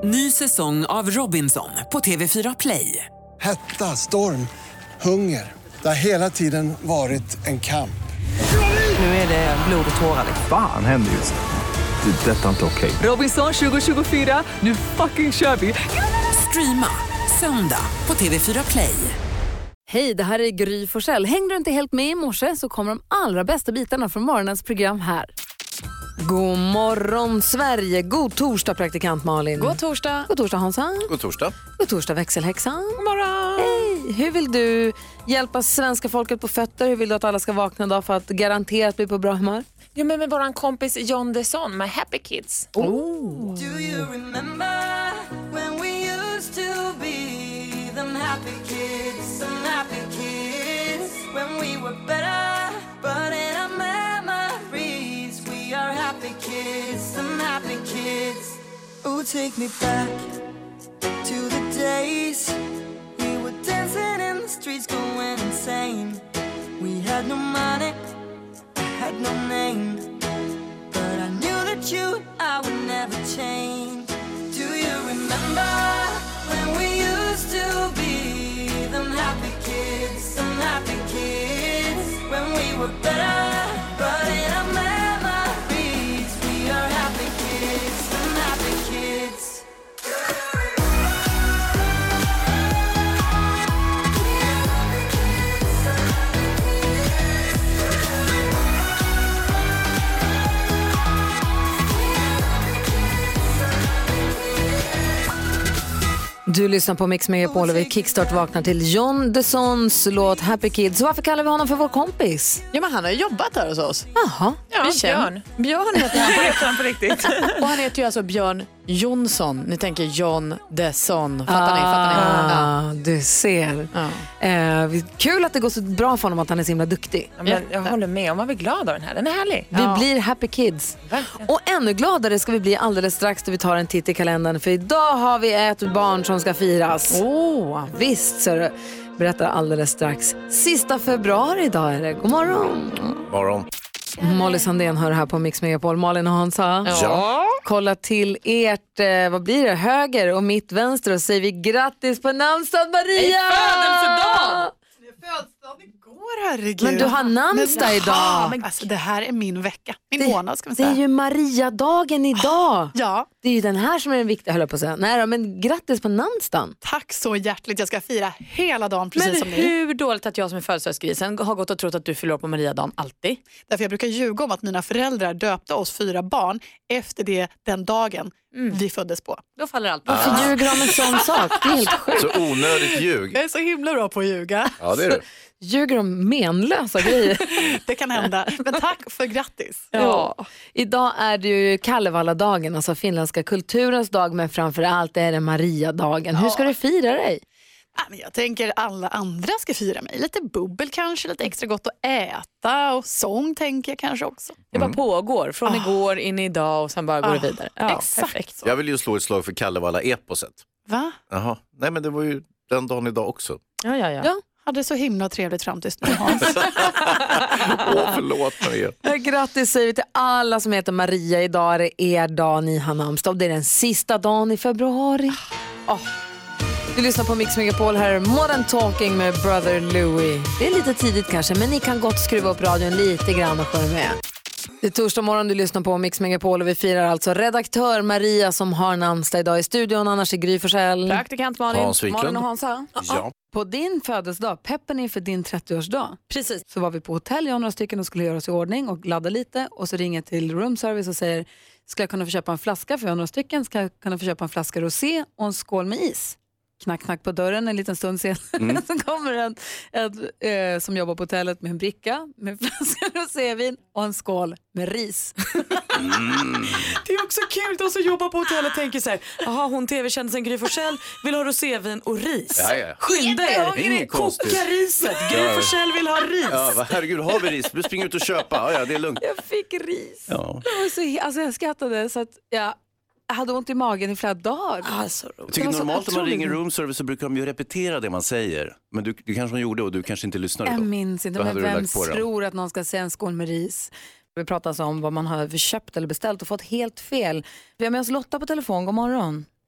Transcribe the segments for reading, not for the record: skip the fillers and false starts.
Ny säsong av Robinson på TV4 Play. Hetta, storm, hunger. Det har hela tiden varit en kamp. Nu är det blod och tårar. Fan händer just nu. Det. Detta är inte okej. Robinson 2024, nu fucking kör vi. Streama söndag på TV4 Play. Hej, det här är Gry Forssell. Hängde du inte helt med i morse så kommer de allra bästa bitarna från morgonens program här. God morgon Sverige, god torsdag praktikant Malin. God torsdag. God torsdag Hansa. God torsdag. God torsdag växelhäxan. God morgon. Hej, hur vill du hjälpa svenska folket på fötter? Hur vill du att alla ska vakna idag för att garanterat bli på bra humör? Jo, men med våran kompis John Desson med Happy Kids. Do you remember when we used to be them happy kids, when we were better, but in our memories we are happy kids, some happy kids. Oh, take me back to the days we were dancing in the streets, going insane. We had no money, I had no name, but I knew that you and I would never change. Do you remember when we used to be them happy kids, when we were better, but in our memories we are happy kids, some happy kids. Du lyssnar på Mix Megapol och vi kickstart vaknar till John Dessons låt Happy Kids. Varför kallar vi honom för vår kompis? Ja, men han har ju jobbat här hos oss. Jaha. Ja, Björn heter han på riktigt. Och han heter ju alltså Björn Jonsson. Ni tänker John Desson. Fattar ni? Du ser. Kul att det går så bra för honom att han är så himla duktig. Ja, men jag håller med om, man blir glad av den här. Den är härlig. Vi blir happy kids. Verkligen. Och ännu gladare ska vi bli alldeles strax då vi tar en titt i kalendern. För idag har vi ett barn som ska firas. Visst, så det berättar alldeles strax. Sista februari idag är det. God morgon. Morgon. Molly Sandén hör här på Mix Megapol. Malin och Hansa. Ja. Kolla till ert, vad blir det? Höger och mitt vänster och säger vi grattis på namnsdag Maria! Födelsedag! Det är födelsedag igår, herregud. Men du har namnsdag idag. Men alltså, det här är min vecka. Min månad ska man Det säga. är ju Maria-dagen idag. Ja. Det är ju den här som är den viktiga, höll jag på att säga. Nej då, men grattis på namnsdagen. Tack så hjärtligt. Jag ska fira hela dagen precis Men som ni. hur dåligt att jag som är födelsedagsgrisen har gått och trott att du fyller år på Maria-dagen alltid? Därför jag brukar ljuga om att mina föräldrar döpte oss 4 barn efter den dagen vi föddes på. Då faller allt på. Varför ljuger de om en sån sak? Det är helt sjukt. Så onödigt ljug. Jag är så himla bra på att ljuga. Ja, det är du. Ljuger de menlösa grejer? Det kan hända. Men tack för grattis. Ja. Idag är det ju Kalevala-dagen, alltså finländska kulturens dag, men framförallt är det Maria-dagen. Hur ska du fira dig? Ja, men jag tänker alla andra ska fira mig. Lite bubbel kanske, lite extra gott att äta och sång tänker jag kanske också. Det bara pågår från igår in i idag och sen bara går det vidare. Ja, exakt. perfekt. Jag vill ju slå ett slag för Kalevala-eposet. Va? Jaha. Nej, men det var ju den dagen idag också. Ja. Hade så himla trevligt fram tills nu, Hans. Förlåt Maria. Grattis säger vi till alla som heter Maria. Idag är det er dag, ni har namnsdag. Det är den sista dagen i februari. Du lyssnar på Mix Megapol, här Modern Talking med Brother Louie. Det är lite tidigt kanske, men ni kan gott skruva upp radion lite grann och sjunga med. Det är torsdag morgon, du lyssnar på Mix Megapol och vi firar alltså redaktör Maria som har namnsdag idag i studion. Annars är Gry Forssell. Praktikant Malin. Hans Wiklund. Malin och Hansa. Ja. På din födelsedag, peppen inför din 30-årsdag. Precis. Så var vi på hotell, jag och några stycken, och skulle göra oss i ordning och ladda lite. Och så ringer jag till room service och säger, ska jag kunna få köpa en flaska? För jag har några stycken. Ska jag kunna få köpa en flaska rosé och en skål med is? Knack, knack på dörren en liten stund senare. Så kommer en som jobbar på hotellet med en bricka med flaska rosévin och en skål med ris. Det är också kul att jobba på hotellet och tänker så här, jaha, hon tv-kändisen Gry Forssell vill ha rosévin och ris. Ja. Skynda er, Inget konstigt. koka riset. Gry Forssell vill ha ris. Ja, herregud, har vi ris? Du springer ut och köpa. Ja, det är lugnt. Jag fick ris. Ja. Jag skrattade så att jag hade ont i magen i flera dagar. Jag tycker normalt om man ringer room service så brukar de ju repetera det man säger. Men du kanske gjorde och du kanske inte lyssnade då. Jag minns inte, Vad men hade du vem lagt på då? tror att någon ska säga en skål med ris? Vi pratar alltså om vad man har köpt eller beställt och fått helt fel. Vi har med oss Lotta på telefon, god morgon.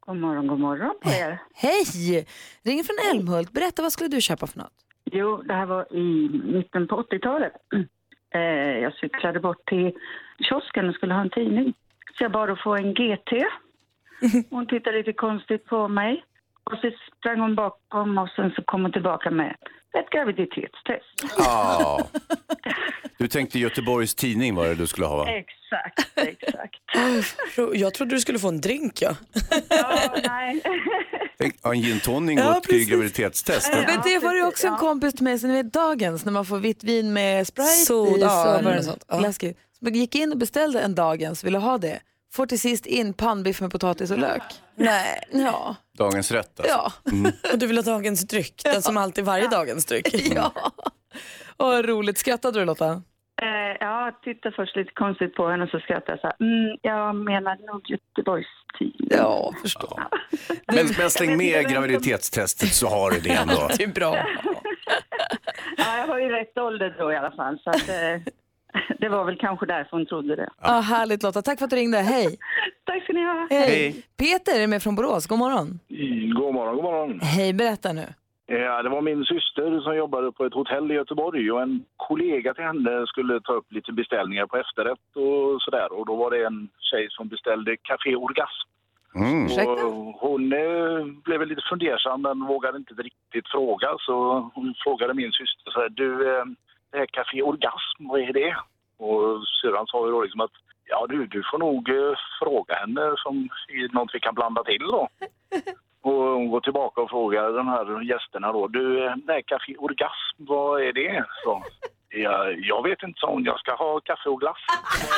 God morgon på er. Hej! Ringer från Älmhult. Berätta, vad skulle du köpa för något? Jo, det här var i mitten på 80-talet. Jag cyklade bort till kiosken och skulle ha en tidning. Så jag bad att få en GT. Hon tittade lite konstigt på mig. Och så sprang hon bakom och sen så kom hon tillbaka med ett graviditetstest. Ja. Du tänkte Göteborgs tidning var det du skulle ha, va? Exakt. Jag trodde du skulle få en drink, ja. Nej. En gin tonic och graviditetstest. Men det var ju också en kompis till mig, sen vet dagens, när man får vitt vin med Sprite soda och sånt. Läskigt. Så man gick in och beställde en dagens, ville ha det. Får till sist in pannbiff med potatis och lök. Nej. Ja. Dagens rätt alltså. Ja. Och du vill ha dagens dryck, den som alltid varje dagens dryck. Ja. Vad roligt. Skrattade du, Lotta? Ja, tittade först lite konstigt på henne och så skrattade jag så här. Jag menar nog Göteborgs tid. Ja, förstår. Ja. Men släng med graviditetstestet så har du det ändå. Det är bra. Ja, jag var ju rätt ålder då i alla fall. Så att, det var väl kanske därför hon trodde det. Ja, härligt Lotta. Tack för att du ringde. Hej. Tack ska ni ha. Hej. Peter är med från Borås. God morgon. God morgon. Hej, berätta nu. Ja, det var min syster som jobbade på ett hotell i Göteborg och en kollega till henne skulle ta upp lite beställningar på efterrätt och sådär. Och då var det en tjej som beställde Café Orgasm. Och hon blev lite fundersam men vågade inte riktigt fråga, så hon frågade min syster så här: du, det här Café Orgasm, vad är det? Och syrran sa ju då liksom att ja du får nog fråga henne som är något vi kan blanda till då. Och hon går tillbaka och frågar de här gästerna då: du, det här Café Orgasm, vad är det? Så, jag vet inte, så jag ska ha kaffe och glass.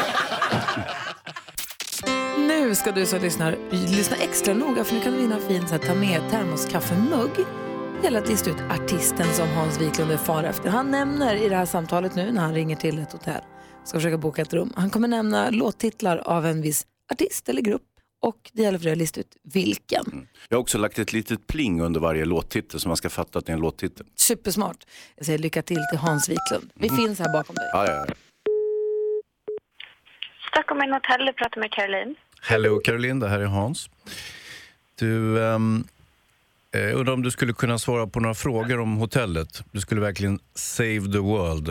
Nu ska du som lyssna extra noga, för nu kan du vinna en fin så här, ta med termoskaffemugg. Hela att lista ut artisten som Hans Wiklund är far efter. Han nämner i det här samtalet nu när han ringer till ett hotell, ska försöka boka ett rum. Han kommer nämna låttitlar av en viss artist eller grupp. Och det gäller för dig att lista ut vilken. Jag har också lagt ett litet pling under varje låttitel så man ska fatta att det är en låttitel. Supersmart. Jag säger lycka till Hans Wiklund. Vi finns här bakom dig. Ja. Stockholm in hotell, du pratar med Caroline. Hello Caroline, det här är Hans. Du, undrar om du skulle kunna svara på några frågor om hotellet. Du skulle verkligen save the world.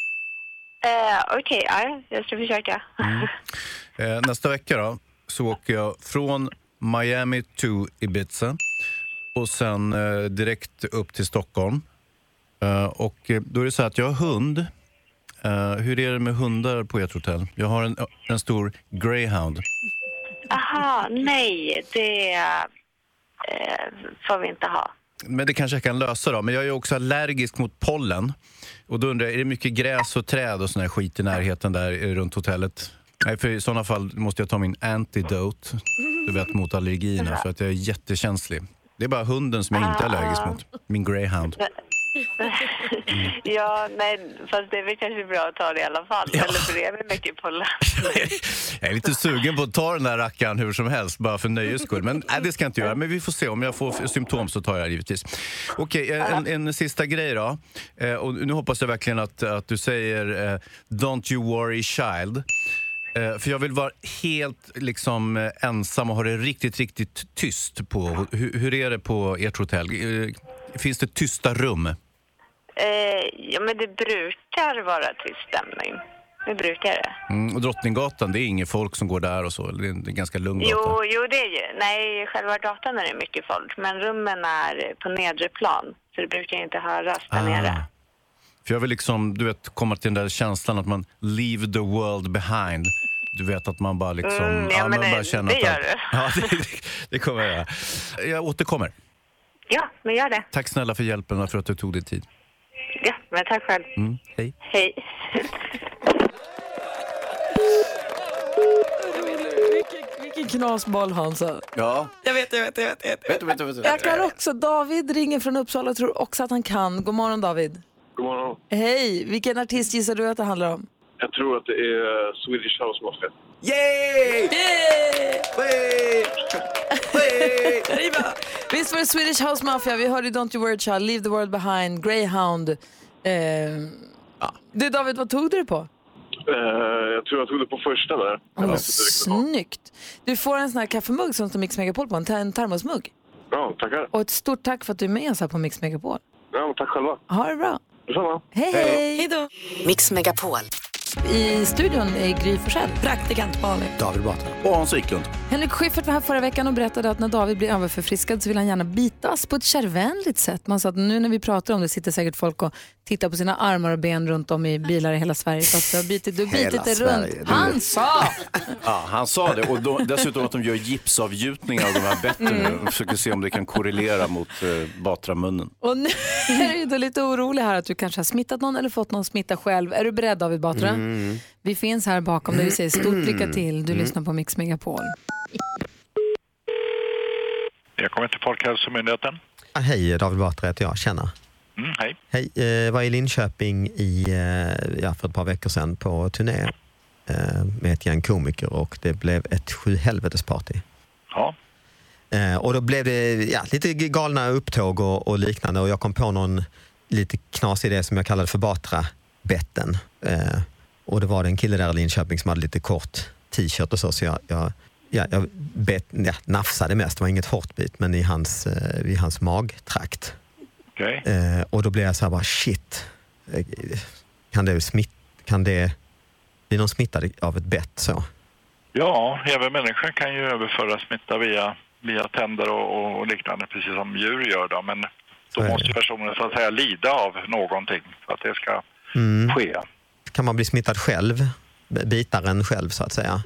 Okej, ja, jag ska försöka. Nästa vecka då så åker jag från Miami to Ibiza och sen direkt upp till Stockholm. Och då är det så att jag har hund. Hur är det med hundar på ert hotell? Jag har en stor greyhound. Aha, nej, det får vi inte ha. Men det kanske jag kan lösa då. Men jag är också allergisk mot pollen. Och då undrar jag, är det mycket gräs och träd och sån här skit i närheten där runt hotellet? Nej, för i sådana fall måste jag ta min antidote, du vet, mot allergierna, för att jag är jättekänslig. Det är bara hunden som jag inte är allergisk mot. Min greyhound. Ja, nej, fast det är väl kanske bra att ta det i alla fall. Ja. Eller för det är väl mycket pollen. Jag är lite sugen på att ta den där rackaren hur som helst, bara för nöjes skull. Men nej, det ska jag inte göra. Men vi får se, om jag får symptom så tar jag det givetvis. Okej, en sista grej då. Och nu hoppas jag verkligen att du säger Don't you worry child. För jag vill vara helt liksom ensam och ha det riktigt, riktigt tyst på. Hur är det på ert hotell? Finns det tysta rum? Ja, men det brukar vara tyst stämning. Det brukar det. Och Drottninggatan, det är inget folk som går där och så? Det är en ganska lugn gata. Jo, det är ju. Nej, själva gatan är det mycket folk. Men rummen är på nedre plan. Så det brukar inte höras där nere. För jag vill liksom, du vet, komma till den där känslan att man leave the world behind. Du vet att man bara liksom... man bara känner det gör du. Ja, det kommer jag göra. Jag återkommer. Ja, men gör det. Tack snälla för hjälpen och för att du tog dig tid. Ja, men tack själv. Hej. Hej. Vilken knasboll, Hansa. Ja. Jag vet. Jag kan också. David ringer från Uppsala och tror också att han kan. God morgon, David. God morgon. Hej, vilken artist gissar du att det handlar om? Jag tror att det är Swedish House Mafia. Yay! Visst var det Swedish House Mafia. Vi hörde Don't You Worry Child, Leave the World Behind, Greyhound. Du David, vad tog du det på? Jag tror jag tog det på första där. Snyggt. Du får en sån här kaffemugg som står Mix Megapol på, en termosmugg. Ja, tackar. Och ett stort tack för att du är med oss här på Mix Megapol. Ja, tack själva. Ha det bra. Detsamma. Hej. Hej då. Mix Megapol. I studion är Gry Forssell. Praktikant Malin. David Batra. Och Hans Wiklund. Henrik Schyffert var här förra veckan och berättade att när David blir överförfriskad så vill han gärna bitas på ett kärvänligt sätt. Man sa att nu när vi pratar om det sitter säkert folk och tittar på sina armar och ben runt om i bilar i hela Sverige. För att du har bitit det runt. Han sa! Ja, han sa det. Och dessutom att de gör gipsavgjutningar av de här betten och försöker se om det kan korrelera mot Batra-munnen. Och nu är du då lite orolig här att du kanske har smittat någon eller fått någon smitta själv. Är du beredd, David Batra? Vi finns här bakom där vi säger stort lycka till. Du lyssnar på Mix Megapol. Jag kommer till Folkhälsomyndigheten. Hej, David Batra heter jag. Tjena. Hej. Hej, jag var i Linköping för ett par veckor sedan på turné med ett gäng komiker och det blev ett 7-helvetesparty. Ja. Och då blev det lite galna upptåg och liknande och jag kom på någon lite knasig idé som jag kallade för Batra-betten. Och det var en kille där i Linköping som hade lite kort t-shirt och så jag nafsade mest. Det var inget hårt bit men i hans magtrakt. Okay. Och då blev jag så här bara shit. Kan det bli någon smittad av ett bett så? Ja, även människan kan ju överföra smitta via tänder och liknande precis som djur gör då. Men då måste personen så att säga lida av någonting för att det ska ske. Kan man bli smittad själv? Bitaren själv så att säga?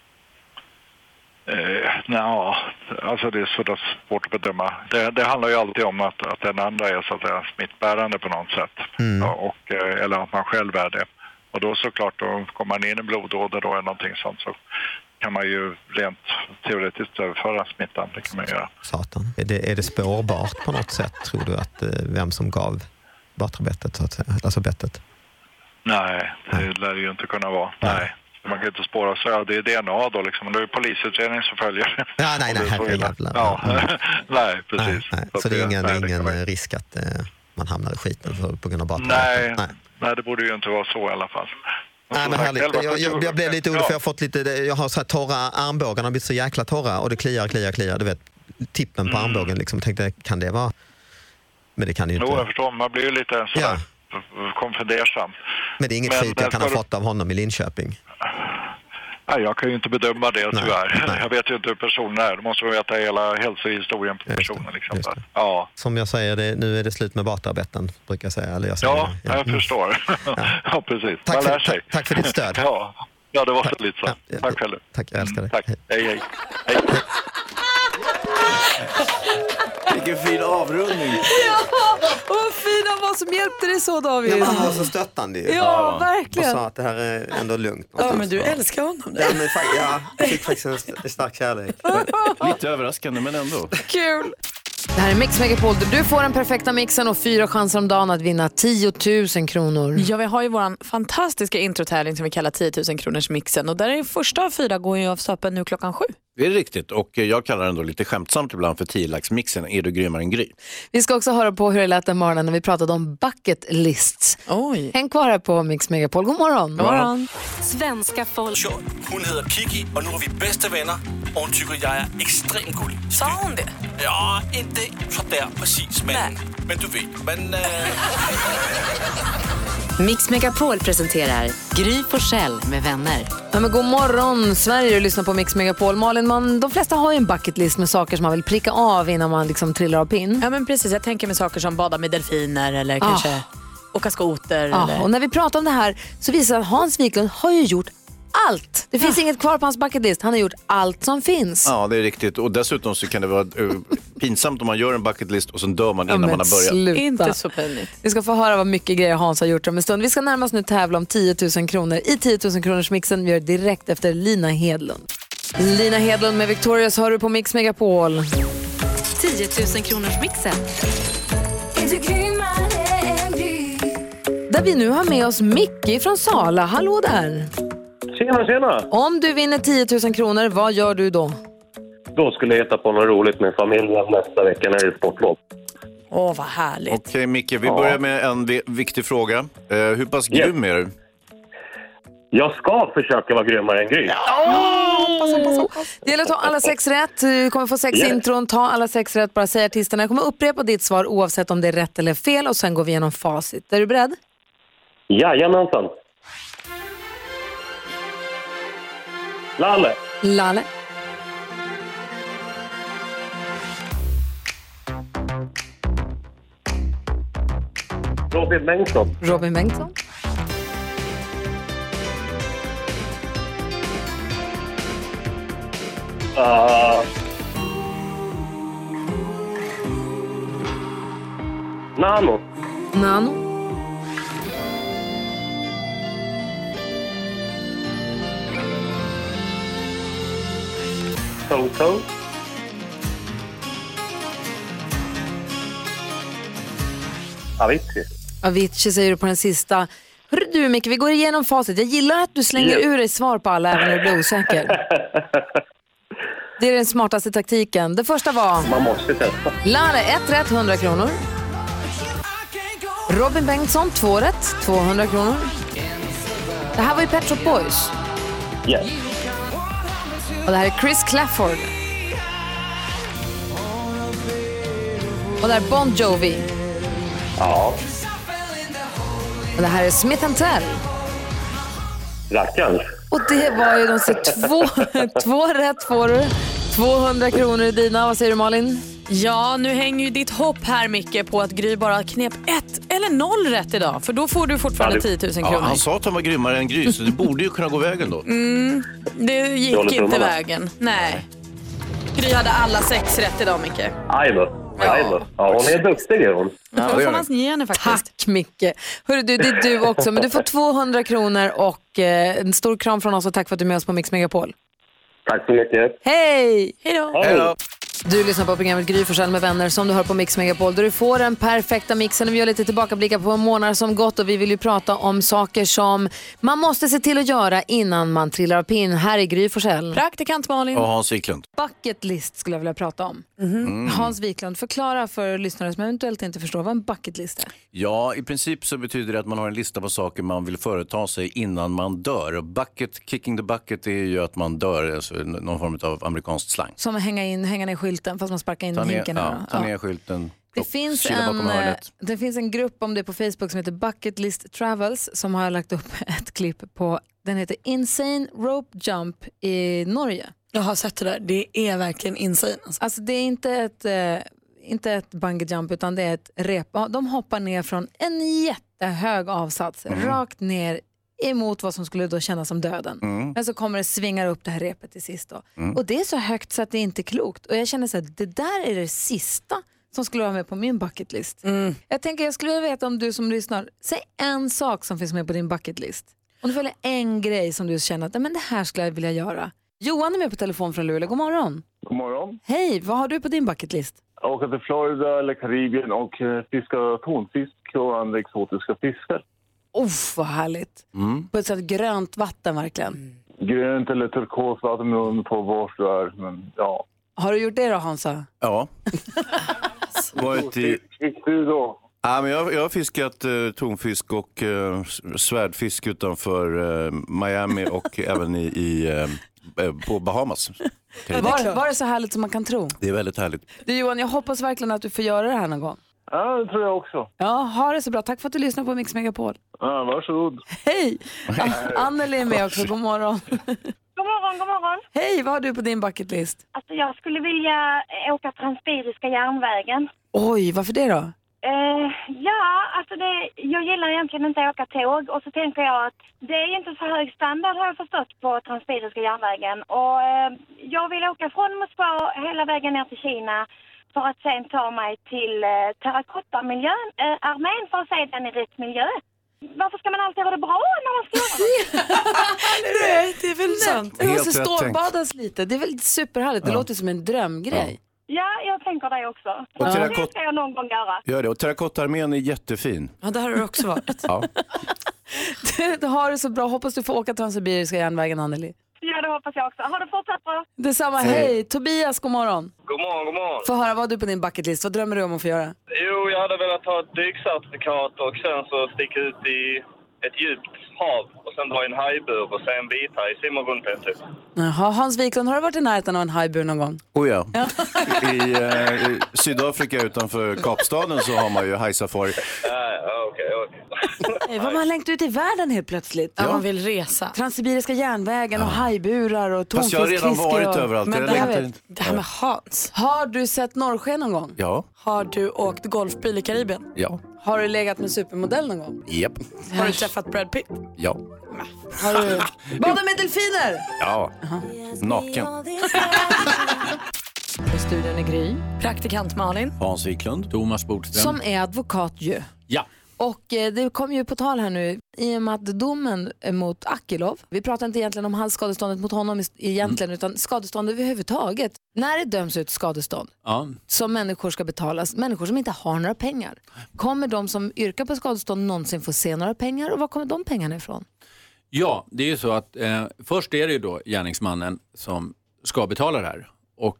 Alltså det är så svårt att bedöma. Det handlar ju alltid om att den andra är så att säga smittbärande på något sätt. Eller att man själv är det. Och då såklart, då kommer man in i blodåder då eller någonting sånt så kan man ju rent teoretiskt överföra smittan. Det kan man göra. Satan. Är det spårbart på något sätt tror du att vem som gav Batra-bettet så att säga? Alltså bettet? Nej, det lär ju inte kunna vara. Nej. Man kan inte spåra så. Det är DNA då liksom. Det är polisutredning som följer. Ja, nej, herrejävlar. Ja, nej, precis. Nej. Så det är ingen risk att man hamnar i skiten på grund av Batra? Nej, det borde ju inte vara så i alla fall. Nej, men härligt. Jag blev lite orolig för jag har så här torra armbågarna har blivit så jäkla torra och det kliar. Du vet, tippen på armbågen liksom. Tänkte, kan det vara? Men det kan det ju inte. Jo, jag förstår. Man blir ju lite sådär konfundersam. Men det är inget skit jag kan ha fått av honom i Linköping? Nej, jag kan ju inte bedöma det tyvärr. Nej. Jag vet ju inte hur personen är. Du måste veta hela hälsohistorien på personen. Liksom. Ja. Som jag säger, nu är det slut med Batra-betten, brukar jag säga. Eller jag säger, jag förstår. Ja, precis. Tack för ditt stöd. Ja, det var så lite så. Tack själv. Tack, jag älskar dig. Tack. Hej. Vilken fin avrundning. Ja, vad fin han var som hjälpte dig så, David. Ja, han var så stöttande. Ja, verkligen. Och sa att det här är ändå lugnt. Ja, men du älskar honom. Jag fick faktiskt en stark kärlek. Lite överraskande, men ändå. Kul. Det här är Mix Megapol där du får den perfekta mixen och 4 chanser om dagen att vinna 10 000 kronor. Ja, vi har ju våran fantastiska introtävling som vi kallar 10 000 kronors mixen. Och där är första av 4 går ju av stapeln nu 7:00. Det är riktigt och jag kallar den då lite skämtsamt ibland för 10-lagsmixen. Är du grymmare än Gry? Vi ska också höra på hur det lät den morgonen när vi pratade om bucket lists. Oj. Häng kvar här på Mix Megapol. God morgon. God morgon. Svenska folk. Hon heter Kiki och nu är vi bästa vänner och hon tycker jag är extremt gullig. Sa hon det? Ja, inte så där precis, men du vet. Men, Mix Megapol presenterar Gry Forssell med vänner. Ja, men god morgon Sverige, du lyssnar på Mix Megapol. Malin, de flesta har ju en bucketlist med saker som man vill pricka av innan man liksom trillar av pinn. Ja, men precis, jag tänker med saker som bada med delfiner eller kanske åka skoter. Eller... Och när vi pratar om det här så visar att Hans Wiklund har ju gjort allt. Det finns inget kvar på hans bucketlist. Han har gjort allt som finns. Ja, det är riktigt. Och dessutom så kan det vara pinsamt om man gör en bucketlist och sen dör man innan man har börjat. Sluta. Inte så pinligt. Vi ska få höra vad mycket grejer Hans har gjort om en stund. Vi ska närmast nu tävla om 10 000 kronor i 10 000 kronors mixen. Vi gör direkt efter Lina Hedlund. Lina Hedlund med Victorious hör du på Mix Megapol. 10 000 kronors mixen. Där vi nu har med oss Micke från Sala. Hallå där. Tjena. Om du vinner 10 000 kronor, vad gör du då? Då skulle jag äta på något roligt med familjen nästa vecka när det är sportlov. Åh, vad härligt. Okej, Micke, vi börjar med en viktig fråga. Hur pass grym är du? Jag ska försöka vara grymmare än Gry. Det gäller att ta alla 6 rätt. Du kommer få 6 intron. Ta alla 6 rätt. Bara säg artisterna. Jag kommer upprepa ditt svar oavsett om det är rätt eller fel. Och sen går vi igenom facit. Är du beredd? Jajamensan. Lalle. Robin Bengtsson. Nano. Toto. Avicii säger du på den sista. Hörru du Micke, vi går igenom facit. Jag gillar att du slänger ur dig svar på alla även när du blir osäker. Det är den smartaste taktiken. Det första var... Man måste testa. Lalle, 1 rätt, 100 kronor. Robin Bengtsson, 2 rätt, 200 kronor. Det här var ju Pet Shop Boys. Yes. Och det här är Chris Clafford. Och det här är Bon Jovi. Ja. Och det här är Smith & Tell. Rackarns. Och det var ju de så 2 rätt får du. 200 kronor i dina. Vad säger du Malin? Ja, nu hänger ju ditt hopp här Micke på att Gry bara knep 1 eller 0 rätt idag. För då får du fortfarande 10 000 kronor. Ja, han sa att han var grymmare än Gry, så det borde ju kunna gå vägen då. Det gick inte vägen. Nej. Gry hade alla 6 rätt idag Micke. Aj då. Ja, hon är duktig är hon. Ja, det får man ge henne faktiskt. Tack Micke. Hörru du, det är du också. Men du får 200 kronor och en stor kram från oss och tack för att du är med oss på Mix Megapol. Tack så mycket. Hej! Hej då! Du lyssnar på programmet Gry Forssell med vänner som du hör på Mix Megapol där du får den perfekta mixen och vi gör lite tillbakablickar på månader som gått och vi vill ju prata om saker som man måste se till att göra innan man trillar av pinn. Här är Gry Forssell. Praktikant Malin. Och Hans Wiklund. Bucket list skulle jag vilja prata om. Hans Wiklund, förklara för lyssnare som eventuellt inte förstår vad en bucket list är. Ja, i princip så betyder det att man har en lista på saker man vill företa sig innan man dör. Och kicking the bucket är ju att man dör, alltså någon form av amerikansk slang. Som hänga ner skylten fast man sparkar in hinken. Ta ner skylten. Det finns en grupp om det på Facebook som heter Bucket List Travels som har lagt upp ett klipp på, den heter Insane Rope Jump i Norge. Jag har sett det där, det är verkligen insane. Alltså det är inte ett bungee jump utan det är ett rep. De hoppar ner från en jättehög avsats rakt ner emot vad som skulle då kännas som döden. Men så kommer det svingar upp det här repet till sist då. Och det är så högt så att det är inte klokt. Och jag känner så att det där är det sista som skulle vara med på min bucketlist. Jag tänker jag skulle vilja veta om du som lyssnar, säg en sak som finns med på din bucketlist. Om du väljer en grej som du känner att men det här skulle jag vilja göra. Johan är med på telefon från Luleå. God morgon. God morgon. Hej, vad har du på din bucketlist? Åka till Florida eller Karibien och fiska tonfisk och andra exotiska fiskar. Vad härligt. På ett sånt grönt vatten verkligen. Grönt eller turkos vatten beroende på var du är. Men, ja. Har du gjort det då Hansa? Ja. Fick du då? Ja, men jag har fiskat tonfisk och svärdfisk utanför Miami och även på Bahamas. Var det så härligt som man kan tro? Det är väldigt härligt. Du Johan, jag hoppas verkligen att du får göra det här någon gång. Ja, det tror jag också. Ja, ha det så bra. Tack för att du lyssnar på Mix Megapol. Ja, varsågod. Hej! Anneli är med också. God morgon. God morgon, god morgon. Hej, vad har du på din bucketlist? Alltså jag skulle vilja åka Transsibiriska järnvägen. Oj, varför det då? Jag gillar egentligen inte att åka tåg och så tänker jag att det är inte så hög standard har jag förstått på Transsibiriska järnvägen. Och jag vill åka från Moskva hela vägen ner till Kina för att sen ta mig till terrakottamiljön, armén för att se den i rätt miljö. Varför ska man alltid ha det bra när man ska göra Nej, det är väl sant. Det måste stålbadas lite. Det är väl superhärligt. Det låter som en drömgrej. Ja, jag tänker det också. Det ska jag någon gång göra. Gör det. Och terrakottarmén är jättefin. Ja, det har du också varit. Ja. Du har det så bra. Hoppas du får åka Transsibiriska järnvägen, Anneli. Ja, det hoppas jag också. Har det fortsatt bra? Detsamma, hej. Tobias, god morgon. God morgon, god morgon. Få höra, vad har du på din bucketlist? Vad drömmer du om att få göra? Jo, jag hade velat ta ett dykcertifikat och sen så sticka ut i ett djupt hav och sen dra en hajbur och sen bita i simma runt en typ. Jaha, Hans Wiklund, har du varit i närheten av en hajbur någon gång? Oh ja. I Sydafrika utanför Kapstaden så har man ju hajsafari. Okej. Vad man längt ut i världen helt plötsligt. Ja, man vill resa. Transsibiriska järnvägen och hajburar och Fast jag har redan varit överallt. Men det här med Hans. Har du sett norrsken någon gång? Ja. Har du åkt golfbil i Karibien? Ja. Har du legat med supermodell någon gång? Japp. Har du träffat Brad Pitt? Ja. Har du badat med delfiner? Ja. Naken. I studion är Gry. Praktikant Malin. Hans Wiklund. Thomas Bodström. Som är advokat ju. Ja. Och det kom ju på tal här nu i och med att domen mot Akilov, vi pratar inte egentligen om hans skadeståndet mot honom egentligen utan skadestånd överhuvudtaget. När det döms ut skadestånd som människor ska betalas, människor som inte har några pengar, kommer de som yrkar på skadestånd någonsin få se några pengar och var kommer de pengarna ifrån? Ja, det är ju så att först är det ju då gärningsmannen som ska betala det här. Och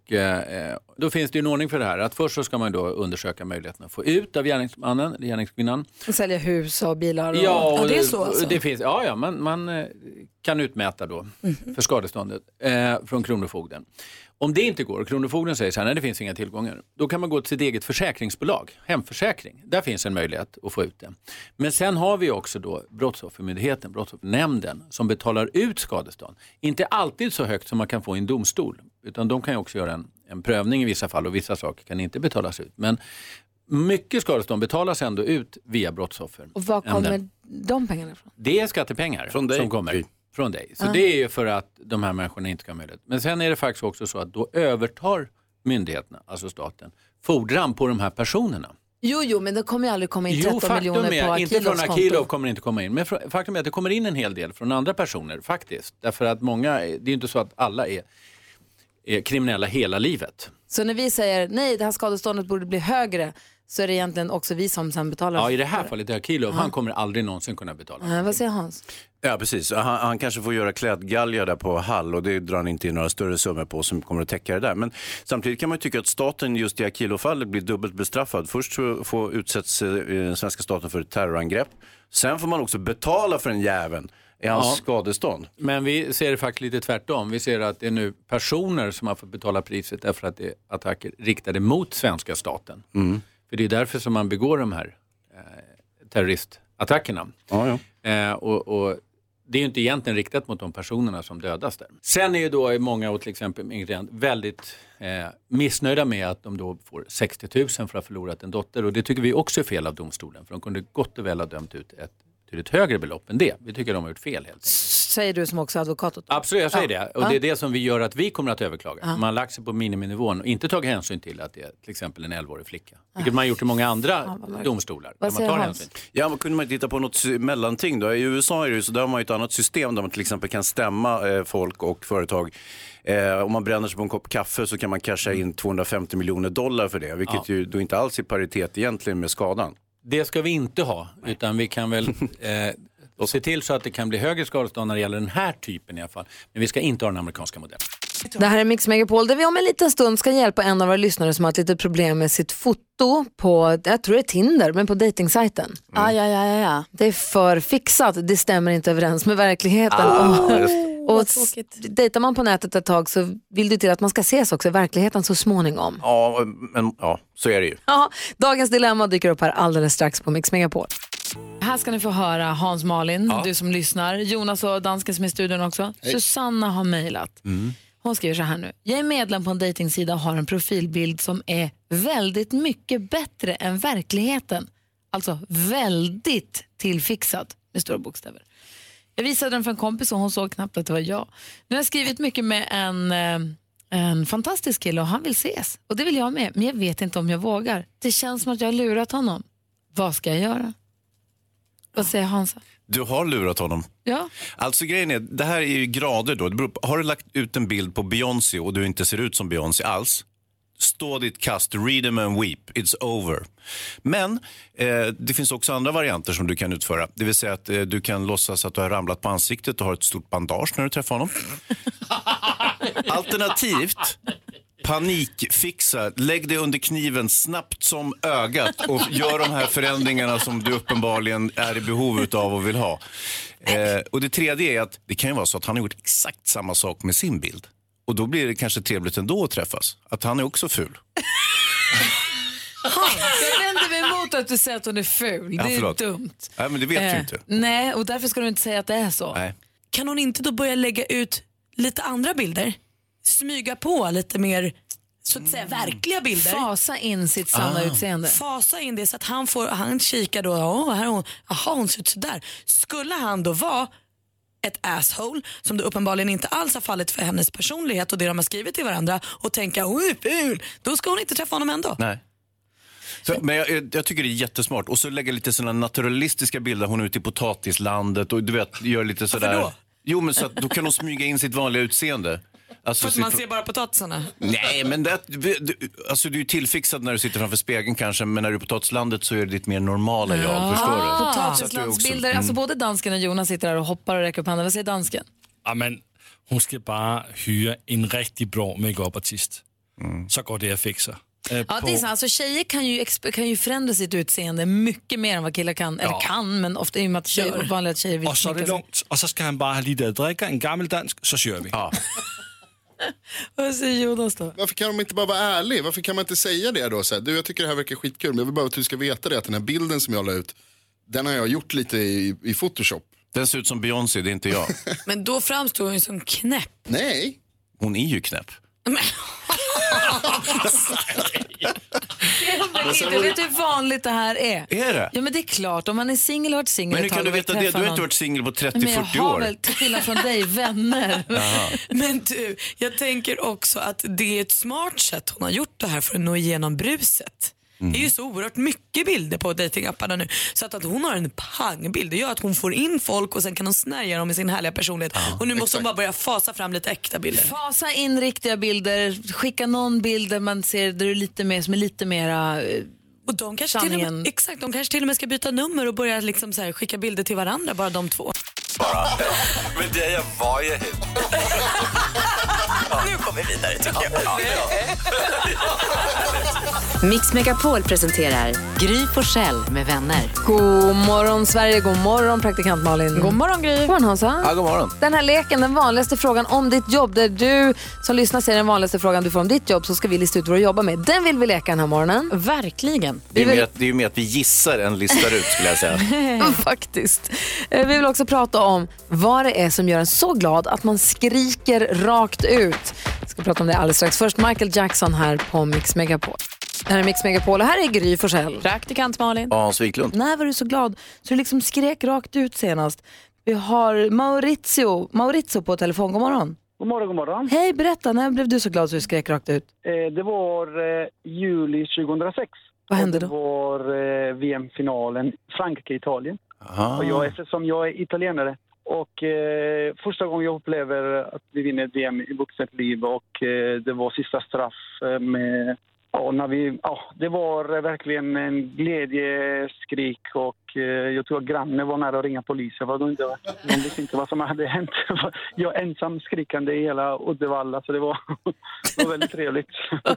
då finns det ju en ordning för det här. Att först så ska man då undersöka möjligheten att få ut av gärningsmannen eller gärningskvinnan. Och sälja hus och bilar. Och... Ja, det är så alltså. Det finns, man kan utmäta då för skadeståndet från kronofogden. Om det inte går och kronofogden säger så här, nej det finns inga tillgångar. Då kan man gå till sitt eget försäkringsbolag, hemförsäkring. Där finns en möjlighet att få ut det. Men sen har vi också då Brottsoffermyndigheten, Brottsoffernämnden som betalar ut skadestånd. Inte alltid så högt som man kan få i en domstol. Utan de kan ju också göra en prövning i vissa fall och vissa saker kan inte betalas ut. Men mycket skadestånd betalas ändå ut via brottsoffer. Och var kommer de pengarna ifrån? Det är skattepengar från dig. Som kommer från dig. Så det är ju för att de här människorna inte kan möjlighet. Men sen är det faktiskt också så att då övertar myndigheterna, alltså staten, fordran på de här personerna. Jo, men det kommer ju aldrig komma in 13 miljoner på Akilovs inte från konto. Akilov kommer det inte komma in. Men faktum är att det kommer in en hel del från andra personer faktiskt. Därför att många, det är ju inte så att alla är kriminella hela livet. Så när vi säger nej, det här skadeståndet borde bli högre, så är det egentligen också vi som sen betalar. Ja, i det här fallet är Akilov, han kommer aldrig någonsin kunna betala. Vad säger Hans? Ja, precis. Han kanske får göra klädgalgar där på Hall och det drar han inte in några större summor på som kommer att täcka det där. Men samtidigt kan man ju tycka att staten just i Akilov-fallet blir dubbelt bestraffad. Först så utsätts svenska staten för ett terrorangrepp. Sen får man också betala för en jäveln i hans skadestånd. Men vi ser det faktiskt lite tvärtom. Vi ser att det är nu personer som har fått betala priset därför att det är attacker riktade mot svenska staten. Mm. För det är därför som man begår de här terroristattackerna. Och det är ju inte egentligen riktat mot de personerna som dödas där. Sen är ju då många, och till exempel väldigt missnöjda med att de då får 60 000 för att ha förlorat en dotter. Och det tycker vi också är fel av domstolen. För de kunde gott och väl ha dömt ut ett högre belopp än det. Vi tycker de har gjort fel helt enkelt. Säger du som också advokat? Absolut, jag säger det. Och det är det som vi gör att vi kommer att överklaga. Man har lagt sig på miniminivån och inte tagit hänsyn till att det är till exempel en 11-årig flicka. Vilket man har gjort i många andra domstolar. Vad säger man tar Hans? hänsyn. Ja, men kunde man titta på något mellanting då? I USA är det ju så där har man ju ett annat system där man till exempel kan stämma folk och företag. Om man bränner sig på en kopp kaffe så kan man casha in $250 miljoner för det. Vilket ju då inte alls är paritet egentligen med skadan. Det ska vi inte ha, utan vi kan väl se till så att det kan bli högre skadestånd när det gäller den här typen i alla fall. Men vi ska inte ha den amerikanska modellen. Det här är Mix Megapol där vi om en liten stund ska hjälpa en av våra lyssnare som har ett litet problem med sitt foto på, jag tror det är Tinder, men på dejtingsajten. Ja. Det är för fixat, det stämmer inte överens med verkligheten. Och dejtar man på nätet ett tag så vill du till att man ska ses också i verkligheten så småningom. Ja, men så är det ju. Ja, dagens dilemma dyker upp här alldeles strax på Mix Megapol. Här ska ni få höra Hans Malin, du som lyssnar. Jonas och dansken som är i studion också. Hej. Susanna har mejlat. Hon skriver så här nu. Jag är medlem på en dejtingsida och har en profilbild som är väldigt mycket bättre än verkligheten. Alltså väldigt tillfixad med stora bokstäver. Jag visade den för en kompis och hon såg knappt att det var jag. Nu har jag skrivit mycket med en fantastisk kille och han vill ses. Och det vill jag med, men jag vet inte om jag vågar. Det känns som att jag har lurat honom. Vad ska jag göra? Vad säger Hansa? Du har lurat honom. Ja. Alltså grejen är, det här är ju grader då. Har du lagt ut en bild på Beyoncé och du inte ser ut som Beyoncé alls? Stå ditt kast, read them and weep, it's over. Men det finns också andra varianter som du kan utföra. Det vill säga att du kan låtsas att du har ramlat på ansiktet och har ett stort bandage när du träffar honom. Alternativt panikfixa, lägg det under kniven snabbt som ögat och gör de här förändringarna som du uppenbarligen är i behov av och vill ha. Och det tredje är att det kan ju vara så att han har gjort exakt samma sak med sin bild. Och då blir det kanske trevligt ändå att träffas. Att han är också ful. Jag vänder mig emot att du säger att hon är ful. Det är dumt. Nej, men det vet du inte. Nej, och därför ska du inte säga att det är så. Nej. Kan hon inte då börja lägga ut lite andra bilder? Smyga på lite mer, så att säga, verkliga bilder. Fasa in sitt sanna utseende. Fasa in det så att han kikar då, här hon ser ut så där. Skulle han då vara ett asshole som det uppenbarligen inte alls har fallit för hennes personlighet och det de har skrivit till varandra och tänka hon är ful, då ska hon inte träffa honom ändå. Nej. Så, men jag tycker det är jättesmart. Och så lägga lite sådana naturalistiska bilder. Hon är ute i potatislandet och du vet, gör lite sådär. Varför då? Jo, men så att då kan hon smyga in sitt vanliga utseende. Alltså, för att man ser bara potatisarna? Nej, men du är ju tillfixad när du sitter framför spegeln kanske, men när du är på potatislandet så är det ditt mer normala jag, förstår du? Potatislandsbilder, alltså både dansken och Jonas sitter där och hoppar och räcker upp handen. Vad säger dansken? Ja, men hon ska bara hyra en riktigt bra makeup-artist. Så går det att fixa. Ja, det är så. Alltså, tjejer kan ju förändra sitt utseende mycket mer än vad killar kan. Eller kan, men ofta i och med att vanliga tjejer vill. Och så är det lugnt. Och så ska han bara ha lite att dricka, en gammeldansk, så kör vi. Ja. Vad säger Jonas då? Varför kan de inte bara vara ärliga? Varför kan man inte säga det då? Så här, jag tycker det här verkar skitkul, men jag vill bara att du ska veta det, att den här bilden som jag la ut, den har jag gjort lite i Photoshop. Den ser ut som Beyoncé, det är inte jag. Men då framstår hon som knäpp. Nej. Hon är ju knäpp. Du vet hur vanligt det här är. Är det? Ja, men det är klart. Om man är singel och har varit singel. Men hur kan du veta det? Du har inte varit singel på 30-40 år. Men jag har väl, till skillnad från dig, vänner. Men du, jag tänker också att det är ett smart sätt hon har gjort det här för att nå igenom bruset. Det är ju så oerhört mycket bilder på datingapparna nu. Så att hon har en pangbild, det gör att hon får in folk och sen kan hon snärja dem med sin härliga personlighet. Och nu måste hon bara börja fasa fram lite äkta bilder. Fasa in riktiga bilder, skicka någon bild där man ser där det är lite mer, som är lite mera. Och de kanske till och med, exakt, de kanske till och med ska byta nummer och börja liksom så här, skicka bilder till varandra, bara de två. Men det är jag varje helg. Nu kommer vi vidare tycker jag. Mix Megapol presenterar Gry Forssell med vänner. God morgon Sverige, god morgon praktikant Malin. God morgon Gry. God morgon Hansa. Ja, god morgon. Den här leken, den vanligaste frågan om ditt jobb, där du som lyssnar säger den vanligaste frågan du får om ditt jobb, så ska vi lista ut vad du jobbar med. Den vill vi leka den här morgonen. Verkligen. Det är ju mer att vi gissar än listar ut, skulle jag säga. Faktiskt. Vi vill också prata om vad det är som gör en så glad att man skriker rakt ut. Jag ska prata om det alldeles strax. Först Michael Jackson här på Mix Megapol. Här är Mix Megapol och här är Gry Forssell. Praktikant Malin. Hans Wiklund. När var du så glad så du liksom skrek rakt ut senast? Vi har Maurizio på telefon. God morgon. God morgon, god morgon. Hej, berätta. När blev du så glad så du skrek rakt ut? Det var juli 2006. Vad hände då? Det var VM-finalen Frankrike-Italien. Och jag är italienare. Och första gången jag upplever att vi vinner ett VM i vuxet liv, och det var sista straff med... det var verkligen en glädjeskrik, och jag tror att grannen var nära att ringa polisen. De visste inte vad som hade hänt. Jag ensam skrikande i hela Uddevalla, så det var väldigt trevligt.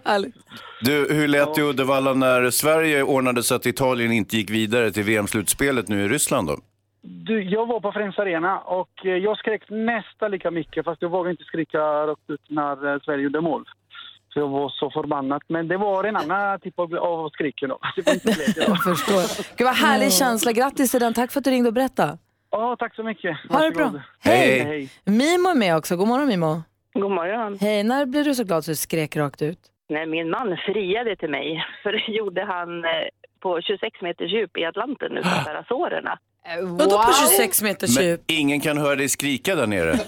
Du, hur lät det i Uddevalla när Sverige ordnade så att Italien inte gick vidare till VM-slutspelet nu i Ryssland då? Jag var på Friends Arena och jag skrek nästan lika mycket, fast jag vågade inte skrika rakt ut när Sverige gjorde mål. Så jag var så förbannad. Men det var en annan typ av skriken då. Jag förstår. Gud, vad härlig känsla. Grattis till den. Tack för att du ringde och berättade. Ja, tack så mycket. Ha det bra. Hej. Mimo är med också. God morgon Mimo. God morgon. Hej, när blev du så glad så du skrek rakt ut? När min man friade till mig. För det gjorde han på 26 meters djup i Atlanten utanför Azorerna. Vadå på 26 meters djup? Men ingen kan höra dig skrika där nere.